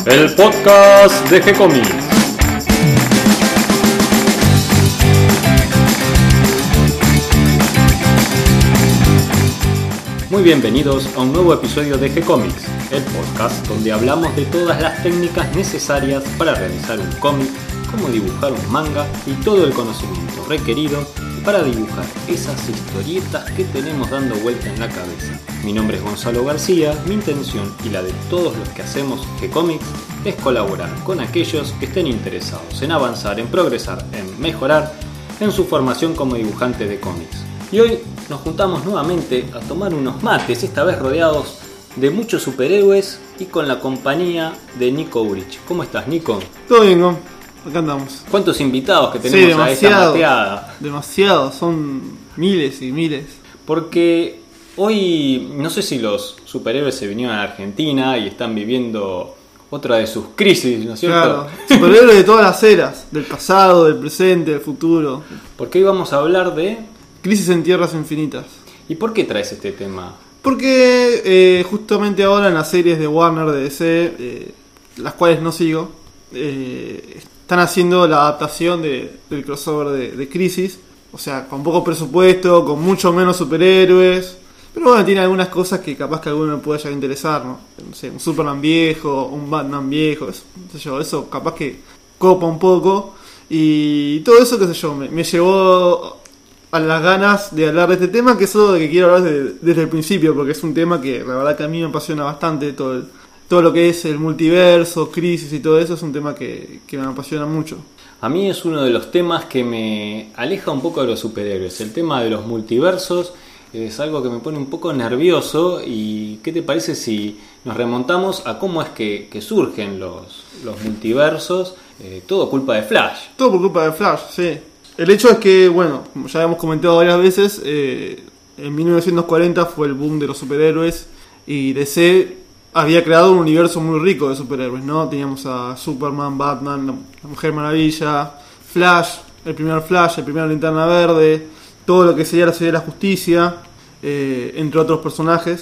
El podcast de G-Comics. Muy bienvenidos a un nuevo episodio de G-Comics, el podcast donde hablamos de todas las técnicas necesarias para realizar un cómic, cómo dibujar un manga y todo el conocimiento requerido para dibujar esas historietas que tenemos dando vuelta en la cabeza. Mi nombre es Gonzalo García, mi intención y la de todos los que hacemos G-Comics es colaborar con aquellos que estén interesados en avanzar, en progresar, en mejorar en su formación como dibujante de cómics. Y hoy nos juntamos nuevamente a tomar unos mates, esta vez rodeados de muchos superhéroes y con la compañía de Nico Urich. ¿Cómo estás, Nico? Todo bien, ¿no? Acá andamos. ¿Cuántos invitados que tenemos a esta mateada? Demasiado, son miles y miles. Porque hoy no sé si los superhéroes se vinieron a Argentina y están viviendo otra de sus crisis, ¿no es cierto? Claro, superhéroes de todas las eras, del pasado, del presente, del futuro. Porque hoy vamos a hablar de... Crisis en Tierras Infinitas. ¿Y por qué traes este tema? Porque justamente ahora en las series de Warner, de DC, las cuales no sigo, están haciendo la adaptación del crossover de Crisis. O sea, con poco presupuesto, con mucho menos superhéroes. Pero bueno, tiene algunas cosas que capaz que a alguno me pueda llegar a interesar, ¿no? No sé, un Superman viejo, un Batman viejo, eso capaz que copa un poco. Y todo eso, qué sé yo, me llevó a las ganas de hablar de este tema, que es algo de que quiero hablar desde el principio, porque es un tema que la verdad que a mí me apasiona bastante, todo lo que es el multiverso, Crisis y todo eso, es un tema que me apasiona mucho. A mí es uno de los temas que me aleja un poco de los superhéroes. El tema de los multiversos es algo que me pone un poco nervioso. ¿Y qué te parece si nos remontamos a cómo es que surgen los multiversos? Todo culpa de Flash. Todo por culpa de Flash, sí. El hecho es que, bueno, como ya hemos comentado varias veces, en 1940 fue el boom de los superhéroes y DC había creado un universo muy rico de superhéroes, ¿no? Teníamos a Superman, Batman, la Mujer Maravilla, Flash, el primer Linterna Verde, todo lo que sería la Sociedad de la Justicia, entre otros personajes.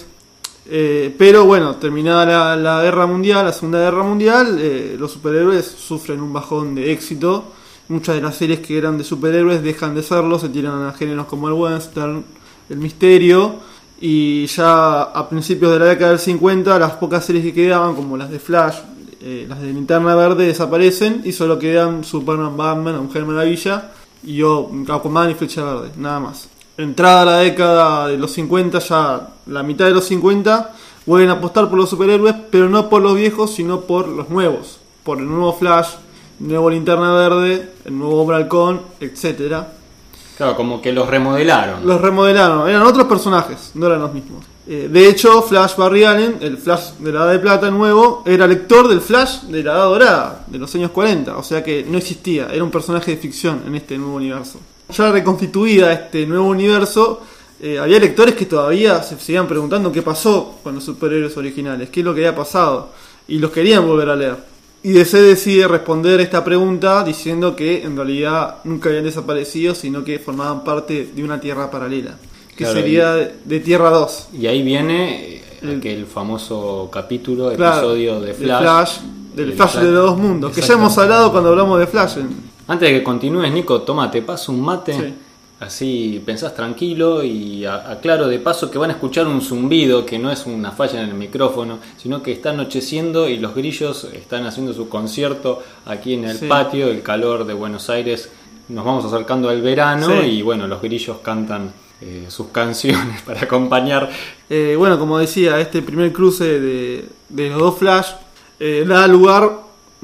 Pero bueno, terminada la Guerra Mundial, la Segunda Guerra Mundial, los superhéroes sufren un bajón de éxito. Muchas de las series que eran de superhéroes dejan de serlo, se tiran a géneros como el western, el misterio, y ya a principios de la década del 50 las pocas series que quedaban, como las de Flash, las de Linterna Verde, desaparecen y solo quedan Superman, Batman, la Mujer Maravilla y Aquaman y Flecha Verde, nada más. Entrada la década de los 50, ya la mitad de los 50, vuelven a apostar por los superhéroes, pero no por los viejos, sino por los nuevos, por el nuevo Flash, el nuevo Linterna Verde, el nuevo Hombre Halcón, etcétera. Claro, como que los remodelaron. Eran otros personajes, no eran los mismos. De hecho, Flash Barry Allen, el Flash de la Edad de Plata nuevo, era lector del Flash de la Edad Dorada, de los años 40. O sea que no existía, era un personaje de ficción en este nuevo universo. Ya reconstituida este nuevo universo, había lectores que todavía se seguían preguntando qué pasó con los superhéroes originales, qué es lo que había pasado, y los querían volver a leer. Y DC decide responder esta pregunta diciendo que en realidad nunca habían desaparecido, sino que formaban parte de una tierra paralela, que claro, sería de Tierra 2. Y ahí viene aquel famoso capítulo, episodio de Flash. Del Flash de los dos mundos, que ya hemos hablado cuando hablamos de Flash. Antes de que continúes, Nico, toma, te paso un mate. Sí. Así pensás tranquilo y aclaro de paso que van a escuchar un zumbido que no es una falla en el micrófono, sino que está anocheciendo y los grillos están haciendo su concierto aquí en el patio, el calor de Buenos Aires. Nos vamos acercando al verano y bueno, los grillos cantan sus canciones para acompañar. Bueno, como decía, este primer cruce de los dos Flash da lugar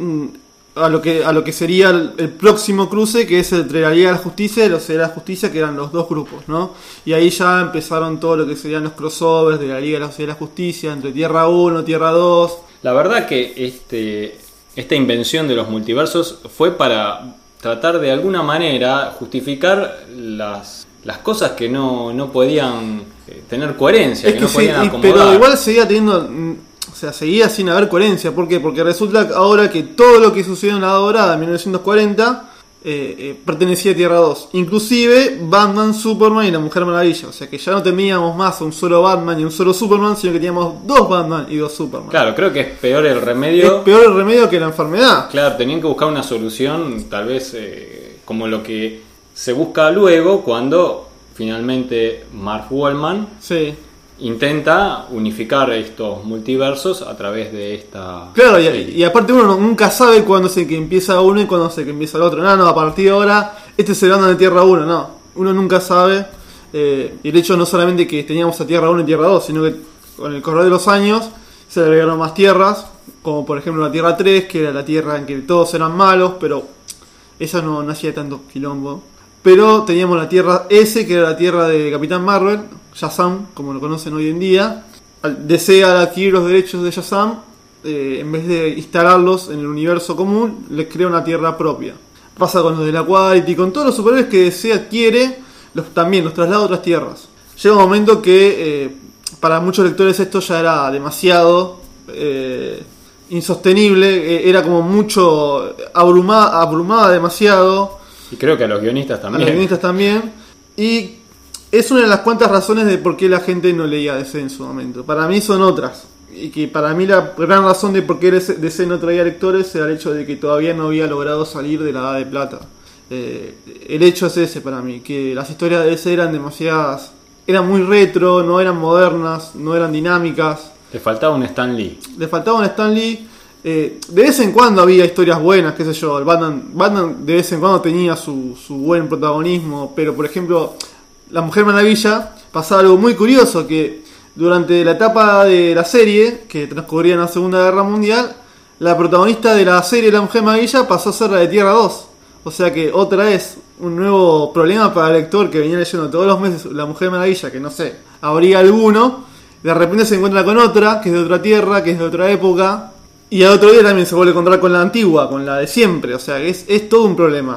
a lo que sería el próximo cruce, que es entre la Liga de la Justicia y la Sociedad de la Justicia, que eran los dos grupos, ¿no? Y ahí ya empezaron todo lo que serían los crossovers de la Liga de la Sociedad de la Justicia, entre Tierra 1, Tierra 2. La verdad que esta invención de los multiversos fue para tratar de alguna manera justificar las cosas que no podían tener coherencia, es que no podían acomodar. Pero igual seguía teniendo... O sea, seguía sin haber coherencia. ¿Por qué? Porque resulta ahora que todo lo que sucedió en la Edad Dorada en 1940 pertenecía a Tierra 2. Inclusive Batman, Superman y la Mujer Maravilla. O sea que ya no teníamos más un solo Batman y un solo Superman, sino que teníamos dos Batman y dos Superman. Claro, creo que es peor el remedio. Es peor el remedio que la enfermedad. Claro, tenían que buscar una solución, tal vez como lo que se busca luego cuando finalmente Marv Wolfman intenta unificar estos multiversos a través de esta... Claro, y aparte uno nunca sabe cuándo es el que empieza uno y cuándo es el que empieza el otro. No, a partir de ahora, este es el Batman de Tierra 1, no. Uno nunca sabe. Y el hecho no solamente que teníamos a Tierra 1 y Tierra 2, sino que con el correr de los años se le agregaron más tierras, como por ejemplo la Tierra 3, que era la tierra en que todos eran malos, pero esa no hacía tanto quilombo. Pero teníamos la Tierra S, que era la tierra de Capitán Marvel, Shazam, como lo conocen hoy en día. DC, al adquirir los derechos de Shazam, en vez de instalarlos en el universo común, les crea una tierra propia. Pasa con los de la Aquality, con todos los superhéroes que DC adquiere, también los traslada a otras tierras. Llega un momento que para muchos lectores esto ya era demasiado insostenible, era como mucho, abrumaba demasiado. Y creo que a los guionistas también. Y es una de las cuantas razones de por qué la gente no leía DC en su momento. Para mí son otras. Y que para mí la gran razón de por qué DC no traía lectores era el hecho de que todavía no había logrado salir de la Edad de Plata. El hecho es ese para mí, que las historias de DC eran demasiadas... Eran muy retro, no eran modernas, no eran dinámicas. Le faltaba un Stan Lee. De vez en cuando había historias buenas, qué sé yo. El Batman de vez en cuando tenía su buen protagonismo, pero por ejemplo, la Mujer Maravilla pasaba algo muy curioso, que durante la etapa de la serie, que transcurría en la Segunda Guerra Mundial, la protagonista de la serie La Mujer Maravilla pasó a ser la de Tierra 2. O sea que otra vez un nuevo problema para el lector que venía leyendo todos los meses La Mujer Maravilla, que no sé, habría alguno, de repente se encuentra con otra, que es de otra tierra, que es de otra época. Y al otro día también se vuelve a encontrar con la antigua, con la de siempre. O sea, es todo un problema.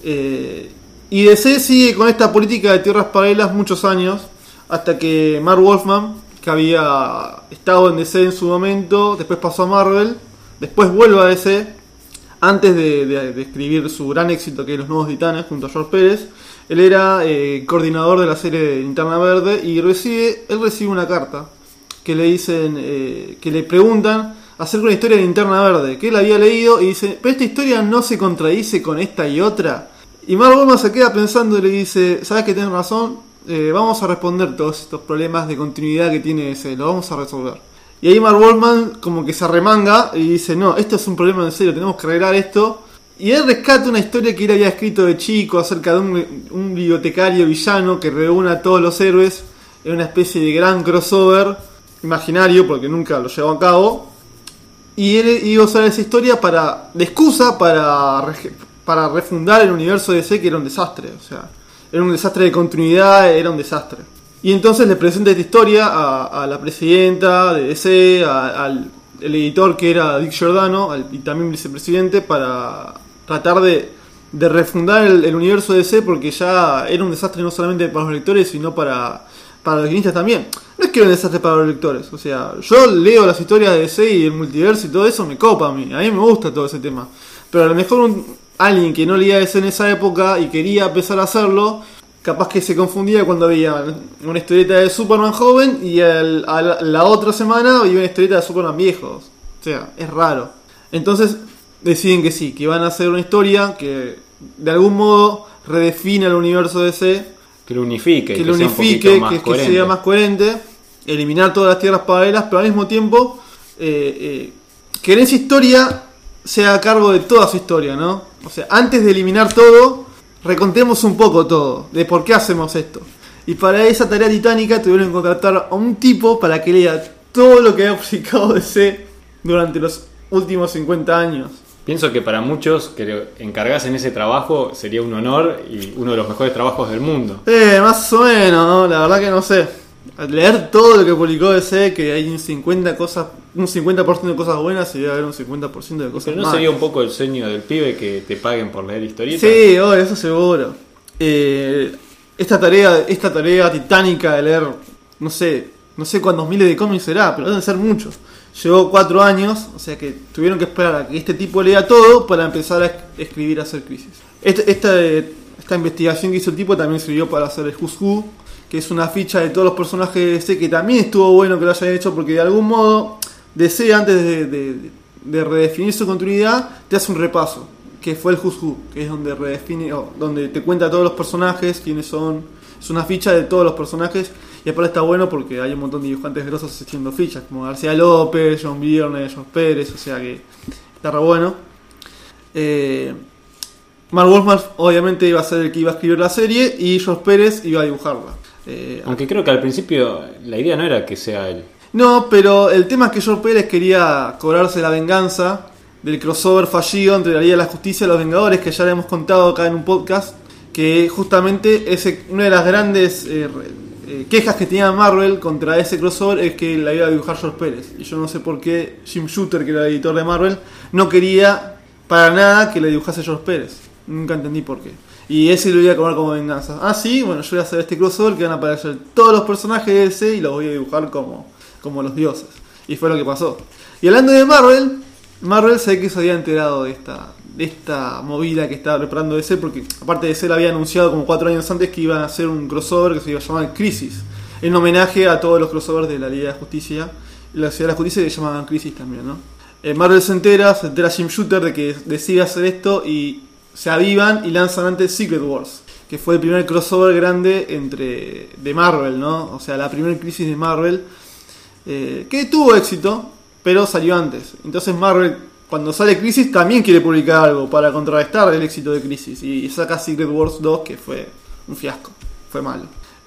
Y DC sigue con esta política de tierras paralelas muchos años, hasta que Marv Wolfman, que había estado en DC en su momento, después pasó a Marvel, después vuelve a DC, antes de escribir su gran éxito que es Los Nuevos Titanes, junto a George Pérez. Él era coordinador de la serie de Linterna Verde y él recibe una carta que le dicen, que le preguntan acerca de una historia de Linterna Verde, que él había leído y dice, pero esta historia no se contradice con esta y otra. Y Marv Wolfman se queda pensando y le dice, ¿sabes que tienes razón? Vamos a responder todos estos problemas de continuidad que tiene ese, lo vamos a resolver. Y ahí Marv Wolfman como que se arremanga y dice, no, esto es un problema en serio, tenemos que arreglar esto. Y él rescata una historia que él había escrito de chico acerca de un bibliotecario villano que reúne a todos los héroes en una especie de gran crossover imaginario, porque nunca lo llevó a cabo. Y él iba a usar esa historia de excusa para refundar el universo de DC, que era un desastre. O sea, era un desastre de continuidad, era un desastre. Y entonces le presenta esta historia a la presidenta de DC, al editor que era Dick Giordano, y también vicepresidente, para tratar de refundar el universo de DC, porque ya era un desastre no solamente para los lectores, sino para los guionistas también. No es que era un desastre para los lectores, o sea, yo leo las historias de DC y el multiverso y todo eso me copa a mí me gusta todo ese tema. Pero a lo mejor alguien que no leía DC en esa época y quería empezar a hacerlo, capaz que se confundía cuando veía una historieta de Superman joven y a la otra semana veía una historieta de Superman viejos. O sea, es raro. Entonces deciden que van a hacer una historia que de algún modo redefina el universo de DC, que lo unifique, que sea más coherente, eliminar todas las tierras paralelas, pero al mismo tiempo que en esa historia sea a cargo de toda su historia, ¿no? O sea, antes de eliminar todo, recontemos un poco todo, de por qué hacemos esto. Y para esa tarea titánica tuvieron que contratar a un tipo para que lea todo lo que había publicado DC durante los últimos 50 años. Pienso que para muchos que encargasen ese trabajo sería un honor y uno de los mejores trabajos del mundo. Más o menos, ¿no? La verdad que no sé. Al leer todo lo que publicó DC, que hay un 50% de cosas buenas y debe haber un 50% de cosas malas. ¿Pero no sería un poco el sueño del pibe que te paguen por leer historietas? Sí, eso seguro. Esta tarea titánica de leer, no sé cuántos miles de cómics será, pero deben ser muchos. Llevó 4 años, o sea que tuvieron que esperar a que este tipo lea todo para empezar a escribir, a hacer Crisis. Esta investigación que hizo el tipo también sirvió para hacer el Who's Who, que es una ficha de todos los personajes de DC, que también estuvo bueno que lo hayan hecho, porque de algún modo DC, antes de redefinir su continuidad, te hace un repaso, que fue el Who's Who, que es donde redefine, donde te cuenta todos los personajes, quiénes son. Es una ficha de todos los personajes, y aparte está bueno porque hay un montón de dibujantes grosos haciendo fichas, como García López, John Byrne, George Pérez, o sea que está re bueno. Mark Wolfman obviamente iba a ser el que iba a escribir la serie y George Pérez iba a dibujarla. Aunque creo que al principio la idea no era que sea él. No, pero el tema es que George Pérez quería cobrarse la venganza del crossover fallido entre la Liga de la Justicia y los Vengadores, que ya le hemos contado acá en un podcast, que justamente una de las grandes quejas que tenía Marvel contra ese crossover es que la iba a dibujar George Pérez. Y yo no sé por qué Jim Shooter, que era el editor de Marvel, no quería para nada que le dibujase George Pérez. Nunca entendí por qué. Y ese lo iba a cobrar como venganza. Ah, sí, bueno, yo voy a hacer este crossover que van a aparecer todos los personajes de ese y los voy a dibujar como los dioses. Y fue lo que pasó. Y hablando de Marvel sé que se había enterado de esta movida que estaba preparando DC, porque aparte de ser había anunciado como 4 años antes que iban a hacer un crossover que se iba a llamar Crisis, en homenaje a todos los crossovers de la Liga de la Justicia. Y la Ciudad de la Justicia le llamaban Crisis también, ¿no? Marvel se entera Jim Shooter de que decide hacer esto y se avivan y lanzan antes Secret Wars, que fue el primer crossover grande de Marvel, ¿no? O sea, la primera crisis de Marvel, que tuvo éxito, pero salió antes. Entonces Marvel, cuando sale Crisis, también quiere publicar algo para contrarrestar el éxito de Crisis, y saca Secret Wars 2, que fue un fiasco, fue malo.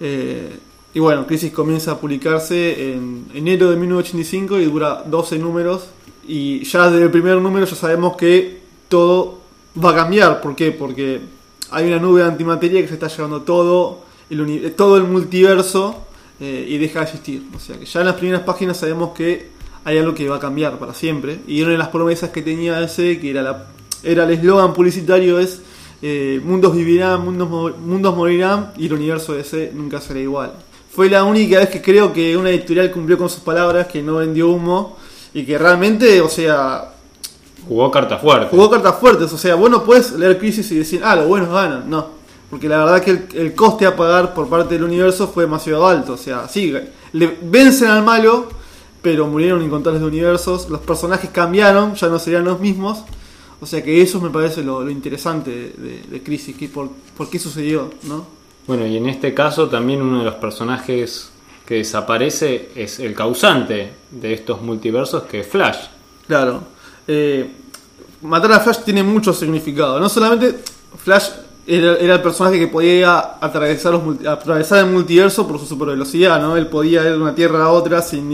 Y bueno, Crisis comienza a publicarse en enero de 1985 y dura 12 números, y ya desde el primer número ya sabemos que todo va a cambiar. ¿Por qué? Porque hay una nube de antimateria que se está llevando todo el multiverso y deja de existir. O sea que ya en las primeras páginas sabemos que hay algo que va a cambiar para siempre. Y una de las promesas que tenía ese, que era el eslogan publicitario, es mundos vivirán, mundos morirán, y el universo de ese nunca será igual. Fue la única vez que creo que una editorial cumplió con sus palabras, que no vendió humo y que realmente, o sea, Jugó cartas fuertes. O sea, vos no podés leer Crisis y decir, los buenos ganan. No, porque la verdad que el coste a pagar por parte del universo fue demasiado alto. O sea, sí, le vencen al malo, pero murieron incontables de universos. Los personajes cambiaron, ya no serían los mismos. O sea que eso me parece lo interesante de Crisis, que por qué sucedió, ¿no? Bueno, y en este caso también uno de los personajes que desaparece es el causante de estos multiversos, que es Flash. Claro. Matar a Flash tiene mucho significado. No solamente Flash era el personaje que podía atravesar el multiverso por su supervelocidad, ¿no? Él podía ir de una tierra a otra sin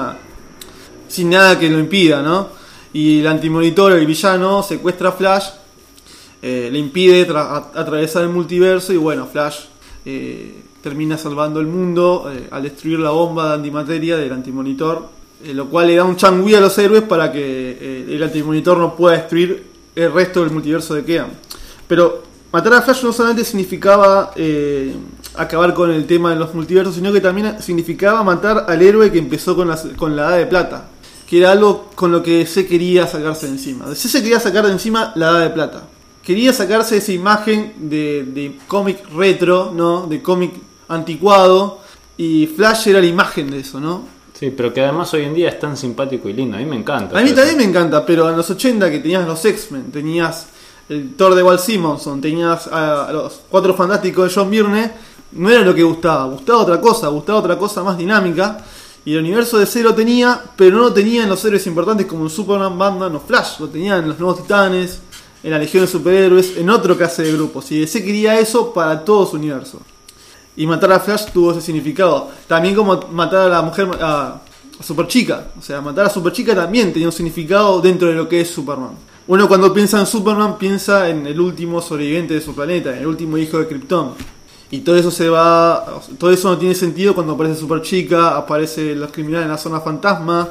nada que lo impida, ¿no? Y el Antimonitor, el villano, secuestra a Flash, le impide atravesar el multiverso, y bueno, Flash termina salvando el mundo al destruir la bomba de antimateria del Antimonitor. Lo cual le da un changüí a los héroes para que el Antimonitor no pueda destruir el resto del multiverso de Kean. Pero matar a Flash no solamente significaba acabar con el tema de los multiversos, sino que también significaba matar al héroe que empezó con la Edad de Plata, que era algo con lo que se quería sacarse de encima. Se quería sacar de encima la Edad de Plata. Quería sacarse esa imagen de cómic retro, ¿no? De cómic anticuado, y Flash era la imagen de eso, ¿no? Sí, pero que además hoy en día es tan simpático y lindo. A mí me encanta. A mí también me encanta, pero en los 80, que tenías los X-Men, tenías el Thor de Walt Simonson, tenías a los Cuatro Fantásticos de John Byrne, no era lo que gustaba otra cosa más dinámica. Y el universo de DC lo tenía, pero no lo tenía en los héroes importantes como Superman, Batman o Flash. Lo tenía en los Nuevos Titanes, en la Legión de Superhéroes, en otro clase de grupos. Y DC quería eso para todo su universo. Y matar a Flash tuvo ese significado. También como matar a la mujer, a Superchica. O sea, matar a Superchica también tenía un significado dentro de lo que es Superman. Uno cuando piensa en Superman piensa en el último sobreviviente de su planeta, en el último hijo de Krypton. Y todo eso no tiene sentido cuando aparece Superchica, aparecen los criminales en la zona fantasma,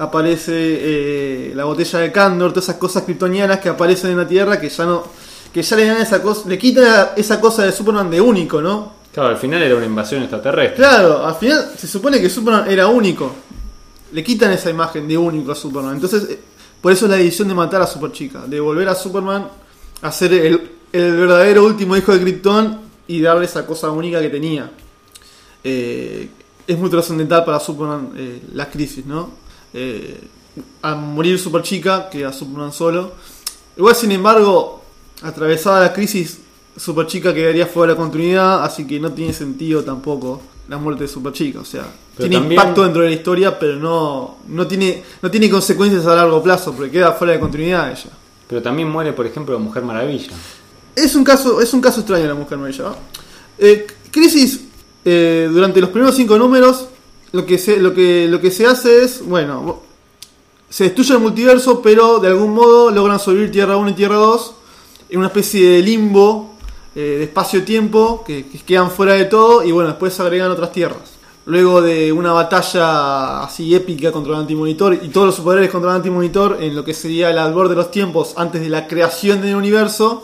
aparece la botella de Kandor, todas esas cosas kryptonianas que aparecen en la Tierra que ya le dan esa cosa, le quita esa cosa de Superman de único, ¿no? Claro, al final era una invasión extraterrestre. Claro, al final se supone que Superman era único. Le quitan esa imagen de único a Superman. Entonces, por eso es la decisión de matar a Superchica, de volver a Superman a ser el verdadero último hijo de Krypton y darle esa cosa única que tenía. Es muy trascendental para Superman la crisis, ¿no? Al morir Superchica queda Superman solo. Igual, sin embargo, atravesada la crisis, Superchica quedaría fuera de la continuidad, así que no tiene sentido tampoco la muerte de Superchica. O sea, pero tiene también impacto dentro de la historia, pero no tiene consecuencias a largo plazo, porque queda fuera de continuidad ella. Pero también muere, por ejemplo, la Mujer Maravilla. Es un caso extraño la Mujer Maravilla, ¿no? Crisis, durante los primeros 5 números, lo que se hace es, bueno, se destruye el multiverso, pero de algún modo logran sobrevivir Tierra 1 y Tierra 2 en una especie de limbo, de espacio-tiempo, que quedan fuera de todo, y bueno, después se agregan otras tierras. Luego de una batalla así épica contra el Antimonitor y todos los superhéroes contra el Antimonitor, en lo que sería el albor de los tiempos antes de la creación del universo,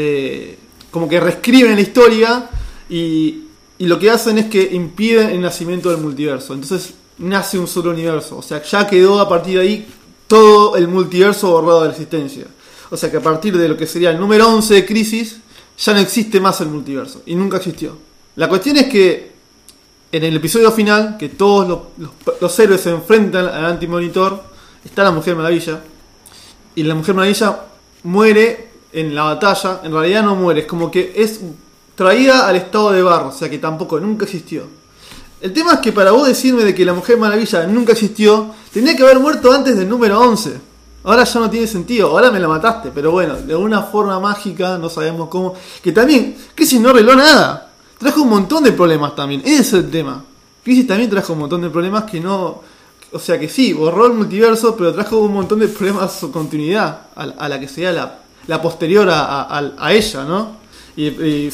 como que reescriben la historia y lo que hacen es que impiden el nacimiento del multiverso. Entonces nace un solo universo. O sea, ya quedó a partir de ahí todo el multiverso borrado de la existencia. O sea que a partir de lo que sería el número 11 de Crisis, ya no existe más el multiverso. Y nunca existió. La cuestión es que en el episodio final, que todos los héroes se enfrentan al Antimonitor, está la Mujer Maravilla. Y la Mujer Maravilla muere en la batalla. En realidad no muere, es como que es traída al estado de barro. O sea que tampoco, nunca existió. El tema es que para vos decirme de que la Mujer Maravilla nunca existió, tenía que haber muerto antes del número 11. Ahora ya no tiene sentido, ahora me la mataste. Pero bueno, de alguna forma mágica, no sabemos cómo. Que también, Crisis no arregló nada. Trajo un montón de problemas también, ese es el tema. Crisis también trajo un montón de problemas que no... O sea que sí, borró el multiverso, pero trajo un montón de problemas a su continuidad, a la que sería la posterior a ella, ¿no? Y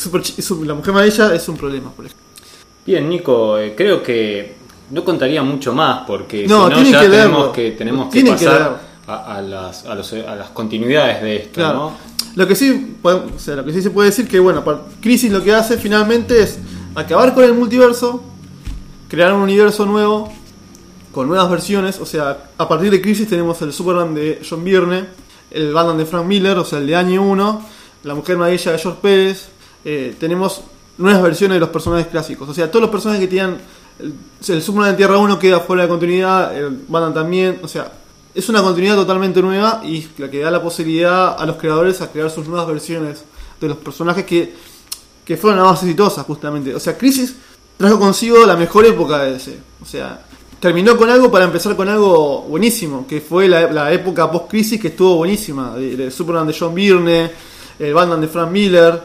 la Mujer Maravilla es un problema, por ejemplo. Bien, Nico, creo que no contaría mucho más, porque no, si no ya tenemos que pasar a las continuidades de esto, claro, ¿no? Lo que sí se puede decir que, bueno, Crisis lo que hace finalmente es acabar con el multiverso, crear un universo nuevo, con nuevas versiones. O sea, a partir de Crisis tenemos el Superman de John Byrne, el Batman de Frank Miller, o sea, el de año 1, la Mujer Maravilla de George Pérez, tenemos nuevas versiones de los personajes clásicos. O sea, todos los personajes que tenían el Superman de Tierra 1 queda fuera de continuidad, el Batman también, o sea, es una continuidad totalmente nueva y la que da la posibilidad a los creadores a crear sus nuevas versiones de los personajes que fueron las más exitosas justamente. O sea, Crisis trajo consigo la mejor época de DC. O sea, terminó con algo para empezar con algo buenísimo, que fue la época post-Crisis, que estuvo buenísima, de Superman de John Byrne, el Batman de Frank Miller.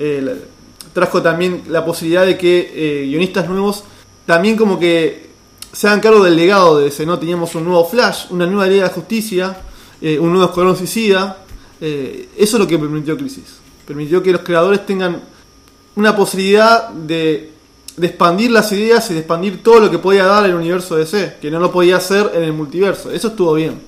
Trajo también la posibilidad de que guionistas nuevos también como que se hagan cargo del legado de DC, ¿no? Teníamos un nuevo Flash, una nueva Liga de Justicia, un nuevo Escuadrón Suicida. Eso es lo que permitió Crisis. Permitió que los creadores tengan una posibilidad de expandir las ideas y de expandir todo lo que podía dar el universo DC, que no lo podía hacer en el multiverso. Eso estuvo bien.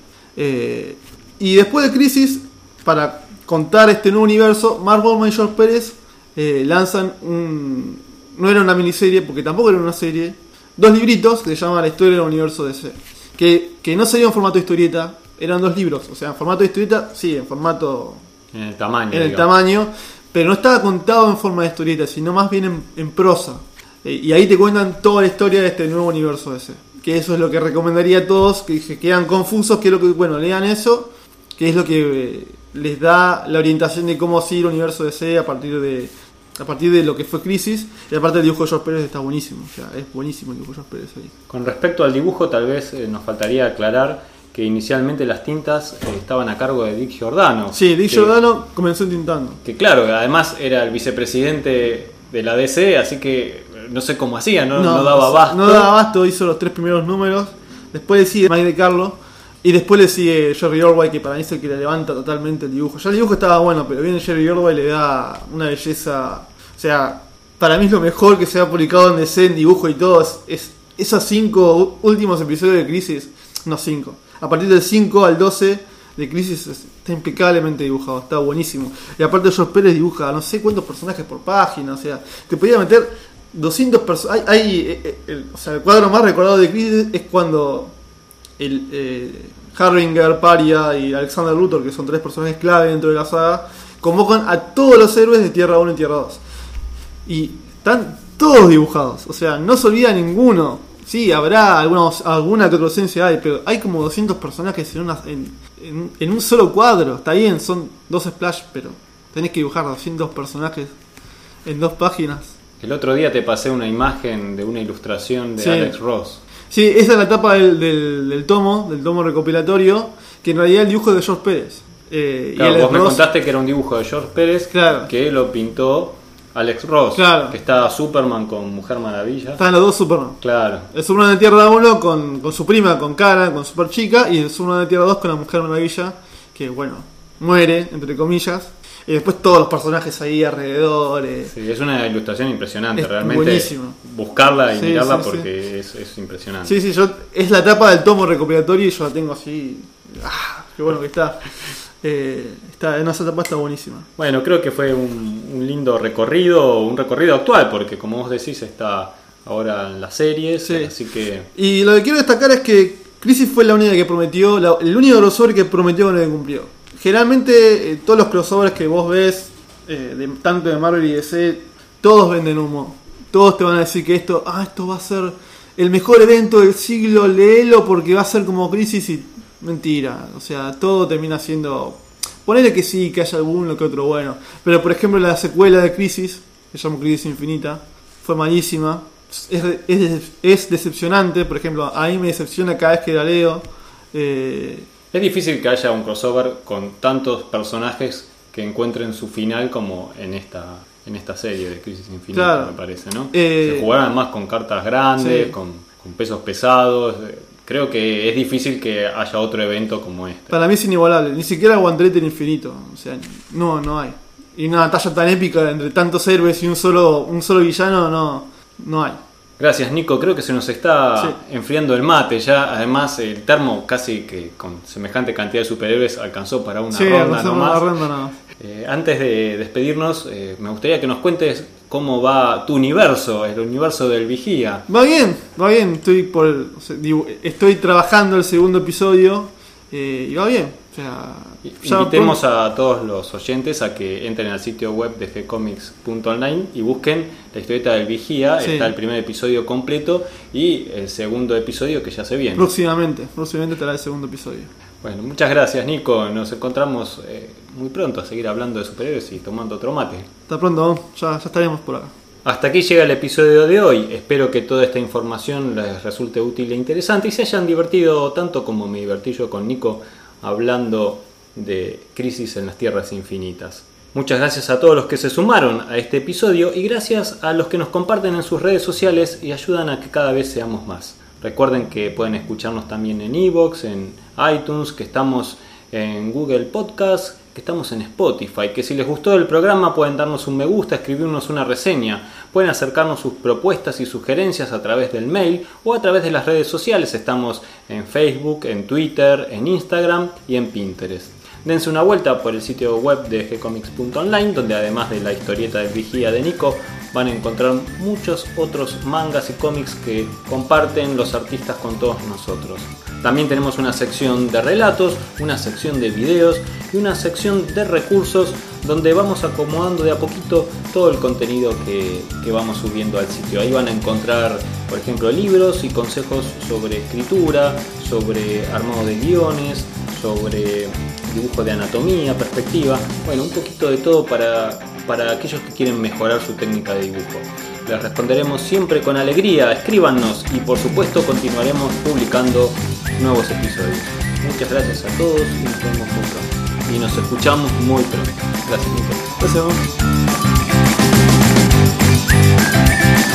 Y después de Crisis, para contar este nuevo universo, Mark Bowman y George Pérez lanzan no era una miniserie, porque tampoco era una serie, 2 libritos que se llaman La historia del universo DC, que no sería en formato de historieta, eran 2 libros, o sea, en formato de historieta, sí, en formato... En el tamaño. En el tamaño, pero no estaba contado en forma de historieta, sino más bien en prosa. Y ahí te cuentan toda la historia de este nuevo universo DC. Que eso es lo que recomendaría a todos, que se quedan confusos, que es lo que, bueno, lean eso, que es lo que les da la orientación de cómo sigue el universo DC a partir de lo que fue Crisis. Y aparte el dibujo de George Pérez está buenísimo, o sea, es buenísimo el dibujo de George Pérez ahí. Con respecto al dibujo, tal vez nos faltaría aclarar que inicialmente las tintas estaban a cargo de Dick Giordano. Sí, Dick Giordano comenzó tintando. Que claro, además era el vicepresidente de la DC, así que no sé cómo hacía, no daba abasto. No daba abasto, hizo los 3 primeros números. Después le sigue Mike DeCarlo. Y después le sigue Jerry Ordway, que para mí es el que le levanta totalmente el dibujo. Ya el dibujo estaba bueno, pero viene Jerry Ordway y le da una belleza. O sea, para mí es lo mejor que se ha publicado en DC en dibujo y todo. Es esos 5 últimos episodios de Crisis. No 5. A partir del 5 al 12 de Crisis está impecablemente dibujado, está buenísimo. Y aparte George Pérez dibuja no sé cuántos personajes por página. O sea, te podía meter 200 personajes. O sea, el cuadro más recordado de Crisis es cuando Harbinger, Paria y Alexander Luthor, que son 3 personajes clave dentro de la saga, convocan a todos los héroes de Tierra 1 y Tierra 2. Y están todos dibujados, o sea, no se olvida ninguno. Sí, habrá alguna que otra ausencia hay, pero hay como 200 personajes en un solo cuadro. Está bien, son 2 splash, pero tenés que dibujar 200 personajes en 2 páginas. El otro día te pasé una imagen de una ilustración de Alex Ross. Sí, esa es la tapa del tomo recopilatorio, que en realidad el dibujo es de George Pérez. Claro, y vos me contaste que era un dibujo de George Pérez, claro, que lo pintó Alex Ross, claro, que está Superman con Mujer Maravilla. Están los 2 Superman. Claro. El Superman de Tierra 1 con su prima, con Kara, con Super Chica, y el Superman de Tierra 2 con la Mujer Maravilla, que bueno, muere, entre comillas. Y después todos los personajes ahí alrededor. Sí, es una ilustración impresionante, es realmente. Buenísimo. Buscarla y mirarla porque es impresionante. Sí, es la tapa del tomo recopilatorio y yo la tengo así. Qué bueno que está. Esa tapa está buenísima. Bueno, creo que fue un lindo recorrido, un recorrido actual, porque como vos decís está ahora en las series, así que... Y lo que quiero destacar es que Crisis fue la única que prometió, el único crossover que prometió que no cumplió. Generalmente todos los crossovers que vos ves, tanto de Marvel y DC, todos venden humo. Todos te van a decir que esto va a ser el mejor evento del siglo, léelo porque va a ser como Crisis y... Mentira, o sea, todo termina siendo... Ponele que sí, que haya alguno que otro bueno. Pero por ejemplo la secuela de Crisis, que se llama Crisis Infinita, fue malísima. Es decepcionante, por ejemplo, a mí me decepciona cada vez que la leo. Es difícil que haya un crossover con tantos personajes que encuentren su final como en esta serie de Crisis Infinita, claro, me parece, ¿no? Se jugaron más con cartas grandes, sí, con pesos pesados. Creo que es difícil que haya otro evento como este. Para mí es inigualable, ni siquiera Guantelete en Infinito, o sea, no hay. Y una batalla tan épica entre tantos héroes y un solo villano no hay. Gracias, Nico. Creo que se nos está enfriando el mate ya. Además, el termo casi que con semejante cantidad de superhéroes alcanzó para una ronda nomás. Antes de despedirnos, me gustaría que nos cuentes cómo va tu universo, el universo del Vigía. Va bien. Estoy trabajando el segundo episodio y va bien. O sea, invitemos a todos los oyentes a que entren al sitio web de gcomics.online y busquen la historieta del Vigía. Sí. Está el primer episodio completo y el segundo episodio que ya se viene. Próximamente estará el segundo episodio. Bueno, muchas gracias, Nico. Nos encontramos muy pronto a seguir hablando de superhéroes y tomando otro mate. Hasta pronto, ya estaremos por acá. Hasta aquí llega el episodio de hoy. Espero que toda esta información les resulte útil e interesante y se hayan divertido tanto como me divertí yo con Nico hablando de Crisis en las Tierras Infinitas. Muchas gracias a todos los que se sumaron a este episodio y gracias a los que nos comparten en sus redes sociales y ayudan a que cada vez seamos más. Recuerden que pueden escucharnos también en iVoox, en iTunes, que estamos en Google Podcast, que estamos en Spotify, que si les gustó el programa pueden darnos un me gusta, escribirnos una reseña, pueden acercarnos sus propuestas y sugerencias a través del mail o a través de las redes sociales. Estamos en Facebook, en Twitter, en Instagram y en Pinterest. Dense una vuelta por el sitio web de gcomics.online, donde además de la historieta del Vigía de Nico, van a encontrar muchos otros mangas y cómics que comparten los artistas con todos nosotros. También tenemos una sección de relatos, una sección de videos y una sección de recursos donde vamos acomodando de a poquito todo el contenido que vamos subiendo al sitio. Ahí van a encontrar, por ejemplo, libros y consejos sobre escritura, sobre armado de guiones, sobre dibujo de anatomía, perspectiva, bueno, un poquito de todo para aquellos que quieren mejorar su técnica de dibujo. Les responderemos siempre con alegría, escríbanos y por supuesto continuaremos publicando nuevos episodios. Muchas gracias a todos y nos vemos muy pronto. Y nos escuchamos muy pronto. Gracias, Nico. Gracias.